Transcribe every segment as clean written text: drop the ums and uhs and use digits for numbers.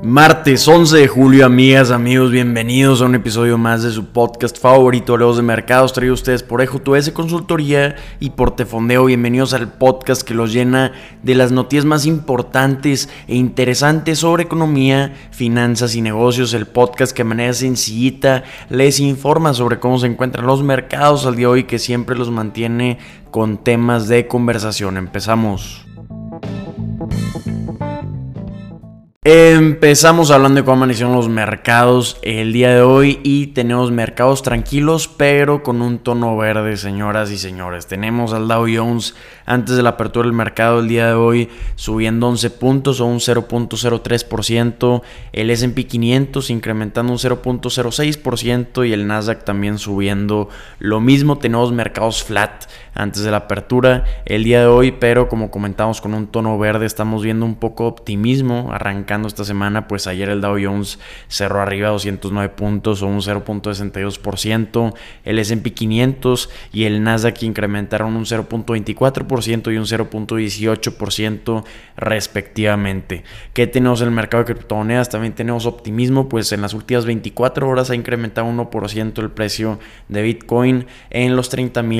Martes 11 de julio, amigas, amigos, bienvenidos a un episodio más de su podcast favorito, Hablemos de Mercados, traído a ustedes por EJ2S Consultoría y por Tefondeo. Bienvenidos al podcast que los llena de las noticias más importantes e interesantes sobre economía, finanzas y negocios. El podcast que de manera sencillita les informa sobre cómo se encuentran los mercados al día de hoy, que siempre los mantiene con temas de conversación. Empezamos. Empezamos hablando de cómo amanecieron los mercados el día de hoy y tenemos mercados tranquilos pero con un tono verde, señoras y señores. Tenemos al Dow Jones antes de la apertura del mercado el día de hoy subiendo 11 puntos o un 0.03%, el S&P 500 incrementando un 0.06% y el Nasdaq también subiendo lo mismo. Tenemos mercados flat antes de la apertura el día de hoy, pero como comentamos con un tono verde, estamos viendo un poco de optimismo arrancando esta semana. Pues ayer el Dow Jones cerró arriba 209 puntos o un 0.62%, el S&P 500 y el Nasdaq incrementaron un 0.24% y un 0.18% respectivamente. ¿Qué tenemos en el mercado de criptomonedas? También tenemos optimismo, pues en las últimas 24 horas ha incrementado 1% el precio de Bitcoin en los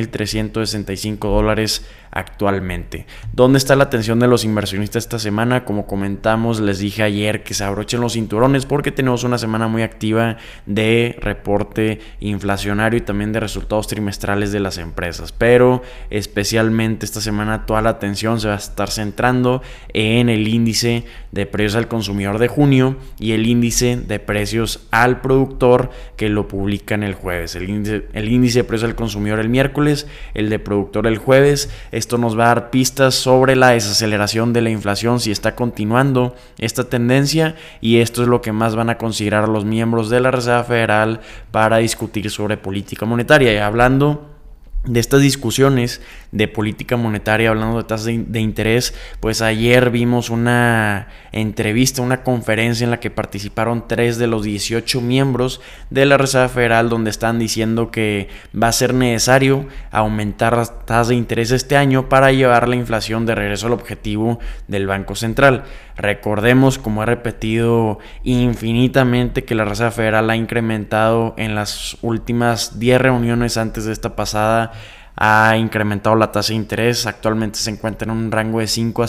$30,365 actualmente. ¿Dónde está la atención de los inversionistas esta semana? Como comentamos, les dije ayer que se abrochen los cinturones porque tenemos una semana muy activa de reporte inflacionario y también de resultados trimestrales de las empresas, pero especialmente esta semana toda la atención se va a estar centrando en el índice de precios al consumidor de junio y el índice de precios al productor, que lo publican el jueves. El índice de precios al consumidor el miércoles, el de productor el jueves. Esto nos va a dar pistas sobre la desaceleración de la inflación, si está continuando esta tendencia, y esto es lo que más van a considerar los miembros de la Reserva Federal para discutir sobre política monetaria. Y hablando de estas discusiones de política monetaria, hablando de tasas de interés, pues ayer vimos una entrevista, una conferencia en la que participaron 3 de los 18 miembros de la Reserva Federal, donde están diciendo que va a ser necesario aumentar las tasas de interés este año para llevar la inflación de regreso al objetivo del Banco Central. Recordemos, como he repetido infinitamente, que la Reserva Federal ha incrementado en las últimas 10 reuniones antes de esta pasada, ha incrementado la tasa de interés. Actualmente se encuentra en un rango de 5 a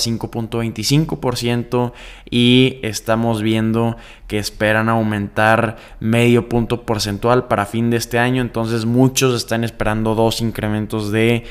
5.25% y estamos viendo que esperan aumentar medio punto porcentual para fin de este año. Entonces muchos están esperando 2 incrementos de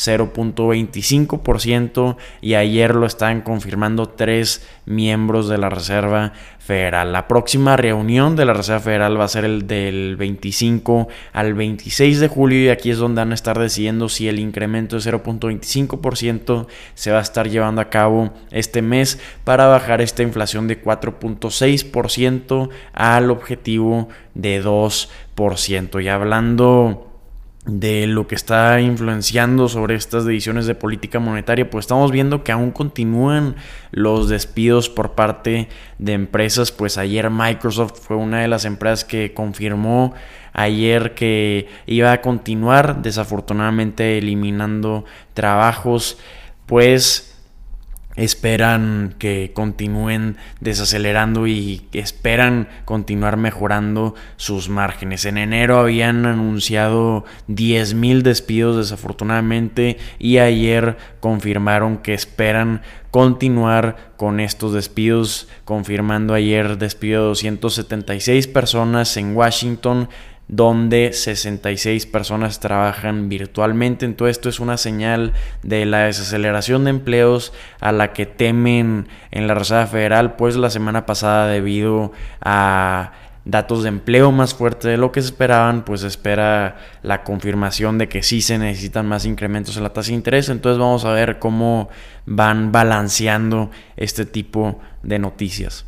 0.25% y ayer lo estaban confirmando 3 miembros de la Reserva Federal. La próxima reunión de la Reserva Federal va a ser el del 25 al 26 de julio y aquí es donde van a estar decidiendo si el incremento de 0.25% se va a estar llevando a cabo este mes para bajar esta inflación de 4.6% al objetivo de 2%. Y hablando de lo que está influenciando sobre estas decisiones de política monetaria, pues estamos viendo que aún continúan los despidos por parte de empresas. Pues ayer Microsoft fue una de las empresas que confirmó ayer que iba a continuar desafortunadamente eliminando trabajos, pues esperan que continúen desacelerando y esperan continuar mejorando sus márgenes. En enero habían anunciado 10,000 despidos desafortunadamente y ayer confirmaron que esperan continuar con estos despidos, confirmando ayer despido de 276 personas en Washington, donde 66 personas trabajan virtualmente. Entonces esto es una señal de la desaceleración de empleos a la que temen en la Reserva Federal, pues la semana pasada, debido a datos de empleo más fuertes de lo que se esperaban, pues se espera la confirmación de que sí se necesitan más incrementos en la tasa de interés. Entonces vamos a ver cómo van balanceando este tipo de noticias.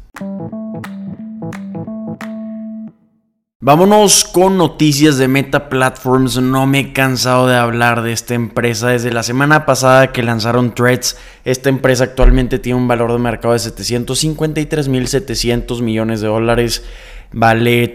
Vámonos con noticias de Meta Platforms. No me he cansado de hablar de esta empresa desde la semana pasada que lanzaron Threads. Esta empresa actualmente tiene un valor de mercado de $753,700 millones. Vale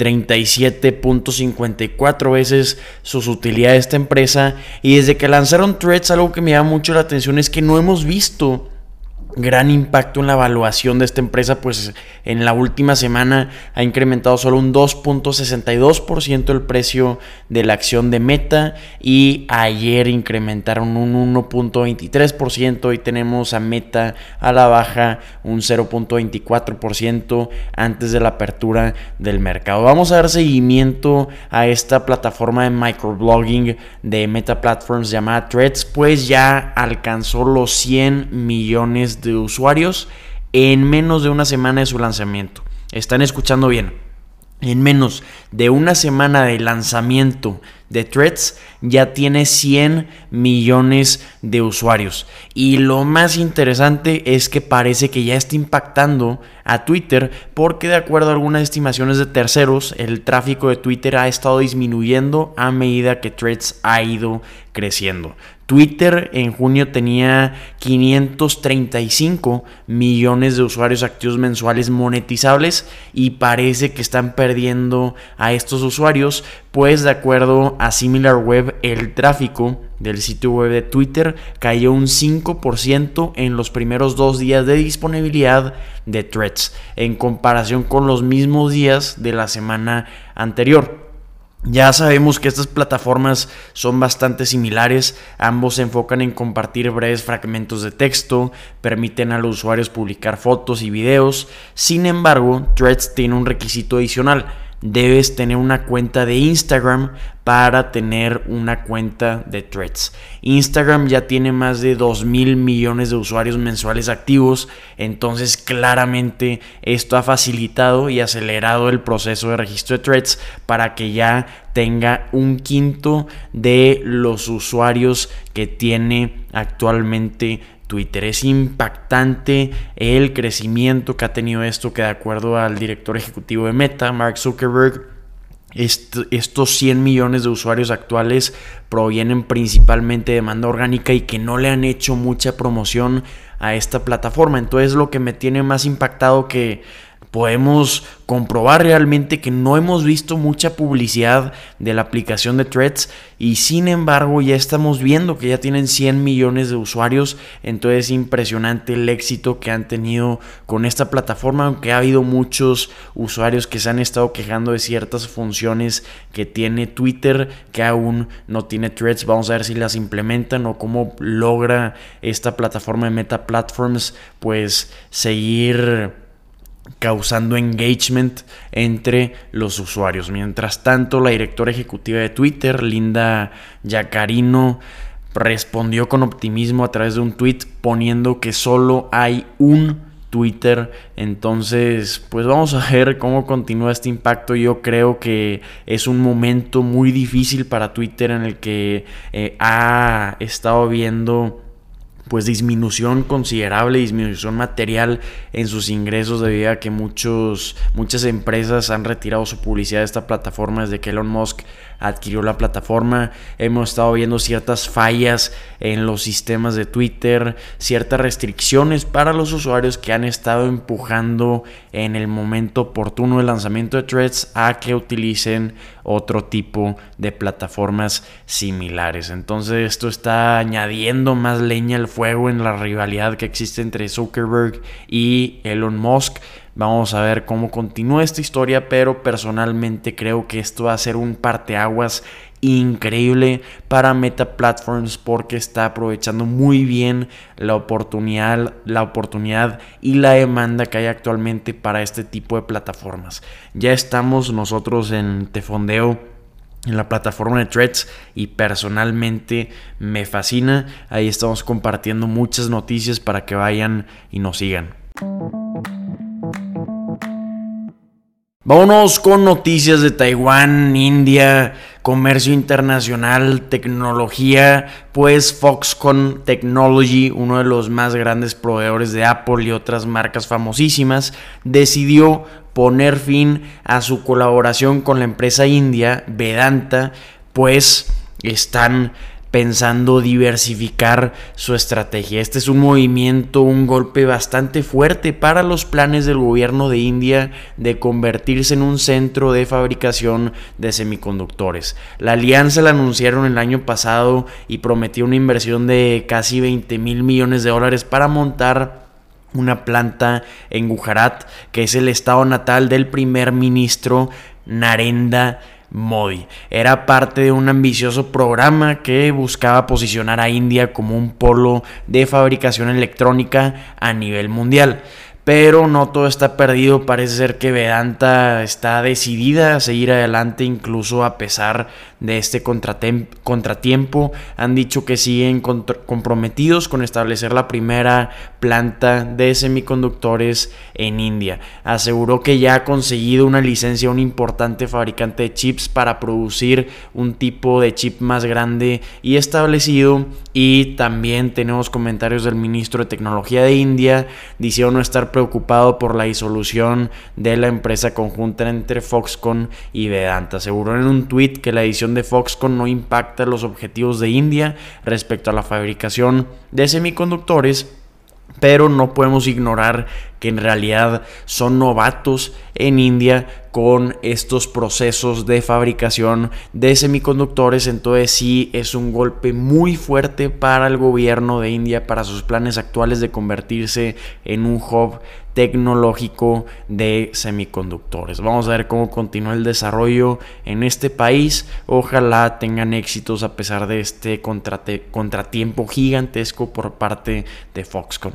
37.54 veces sus utilidades de esta empresa. Y desde que lanzaron Threads, algo que me llama mucho la atención es que no hemos visto gran impacto en la evaluación de esta empresa, pues en la última semana ha incrementado solo un 2.62% el precio de la acción de Meta, y ayer incrementaron un 1.23%, y tenemos a Meta a la baja un 0.24% antes de la apertura del mercado. Vamos a dar seguimiento a esta plataforma de microblogging de Meta Platforms llamada Threads, pues ya alcanzó los 100 millones de usuarios en menos de una semana de su lanzamiento. Están escuchando bien. En menos de una semana de lanzamiento de Threads ya tiene 100 millones de usuarios. Y lo más interesante es que parece que ya está impactando a Twitter, porque de acuerdo a algunas estimaciones de terceros, el tráfico de Twitter ha estado disminuyendo a medida que Threads ha ido creciendo. Twitter en junio tenía 535 millones de usuarios activos mensuales monetizables, y parece que están perdiendo a estos usuarios, pues de acuerdo a SimilarWeb, el tráfico del sitio web de Twitter cayó un 5% en los primeros 2 días de disponibilidad de Threads, en comparación con los mismos días de la semana anterior. Ya sabemos que estas plataformas son bastante similares, ambos se enfocan en compartir breves fragmentos de texto, permiten a los usuarios publicar fotos y videos. Sin embargo, Threads tiene un requisito adicional: debes tener una cuenta de Instagram para tener una cuenta de Threads. Instagram ya tiene más de 2,000 millones de usuarios mensuales activos, entonces claramente esto ha facilitado y acelerado el proceso de registro de Threads para que ya tenga un quinto de los usuarios que tiene actualmente Twitter. Es impactante el crecimiento que ha tenido esto, que de acuerdo al director ejecutivo de Meta, Mark Zuckerberg, estos 100 millones de usuarios actuales provienen principalmente de demanda orgánica y que no le han hecho mucha promoción a esta plataforma. Entonces lo que me tiene más impactado, que podemos comprobar realmente que no hemos visto mucha publicidad de la aplicación de Threads, y sin embargo ya estamos viendo que ya tienen 100 millones de usuarios. Entonces es impresionante el éxito que han tenido con esta plataforma, aunque ha habido muchos usuarios que se han estado quejando de ciertas funciones que tiene Twitter que aún no tiene Threads. Vamos a ver si las implementan o cómo logra esta plataforma de Meta Platforms pues seguir causando engagement entre los usuarios. Mientras tanto, la directora ejecutiva de Twitter, Linda Yaccarino, respondió con optimismo a través de un tweet poniendo que solo hay un Twitter. Entonces, pues vamos a ver cómo continúa este impacto. Yo creo que es un momento muy difícil para Twitter, en el que ha estado viendo pues disminución considerable, disminución material en sus ingresos, debido a que muchas empresas han retirado su publicidad de esta plataforma desde que Elon Musk adquirió la plataforma. Hemos estado viendo ciertas fallas en los sistemas de Twitter, ciertas restricciones para los usuarios que han estado empujando en el momento oportuno del lanzamiento de Threads a que utilicen otro tipo de plataformas similares. Entonces esto está añadiendo más leña al fuego en la rivalidad que existe entre Zuckerberg y Elon Musk. Vamos a ver cómo continúa esta historia, pero personalmente creo que esto va a ser un parteaguas increíble para Meta Platforms, porque está aprovechando muy bien la oportunidad y la demanda que hay actualmente para este tipo de plataformas. Ya estamos nosotros en Te Fondeo en la plataforma de Threads y personalmente me fascina. Ahí estamos compartiendo muchas noticias para que vayan y nos sigan. Vámonos con noticias de Taiwán, India, comercio internacional, tecnología. Pues Foxconn Technology, uno de los más grandes proveedores de Apple y otras marcas famosísimas, decidió poner fin a su colaboración con la empresa india Vedanta, pues están pensando diversificar su estrategia. Este es un movimiento, un golpe bastante fuerte para los planes del gobierno de India de convertirse en un centro de fabricación de semiconductores. La alianza la anunciaron el año pasado y prometió una inversión de casi $20,000 millones para montar una planta en Gujarat, que es el estado natal del primer ministro Narendra Modi. Era parte de un ambicioso programa que buscaba posicionar a India como un polo de fabricación electrónica a nivel mundial. Pero no todo está perdido, parece ser que Vedanta está decidida a seguir adelante incluso a pesar de este contratiempo. Han dicho que siguen comprometidos con establecer la primera planta de semiconductores en India. Aseguró que ya ha conseguido una licencia a un importante fabricante de chips para producir un tipo de chip más grande y establecido. Y también tenemos comentarios del ministro de Tecnología de India diciendo no estar preocupado por la disolución de la empresa conjunta entre Foxconn y Vedanta. Aseguró en un tuit que la edición de Foxconn no impacta los objetivos de India respecto a la fabricación de semiconductores, pero no podemos ignorar que en realidad son novatos en India con estos procesos de fabricación de semiconductores. Entonces sí es un golpe muy fuerte para el gobierno de India, para sus planes actuales de convertirse en un hub tecnológico de semiconductores. Vamos a ver cómo continúa el desarrollo en este país. Ojalá tengan éxitos a pesar de este contratiempo gigantesco por parte de Foxconn.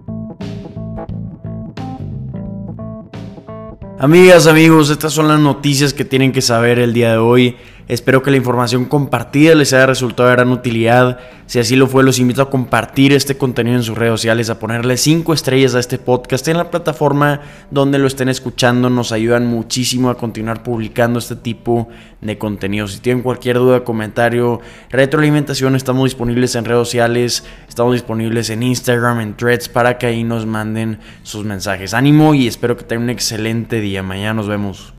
Amigas, amigos, estas son las noticias que tienen que saber el día de hoy. Espero que la información compartida les haya resultado de gran utilidad. Si así lo fue, los invito a compartir este contenido en sus redes sociales, a ponerle 5 estrellas a este podcast en la plataforma donde lo estén escuchando. Nos ayudan muchísimo a continuar publicando este tipo de contenido. Si tienen cualquier duda, comentario, retroalimentación, estamos disponibles en redes sociales, estamos disponibles en Instagram, en Threads, para que ahí nos manden sus mensajes. Ánimo y espero que tengan un excelente día. Mañana nos vemos.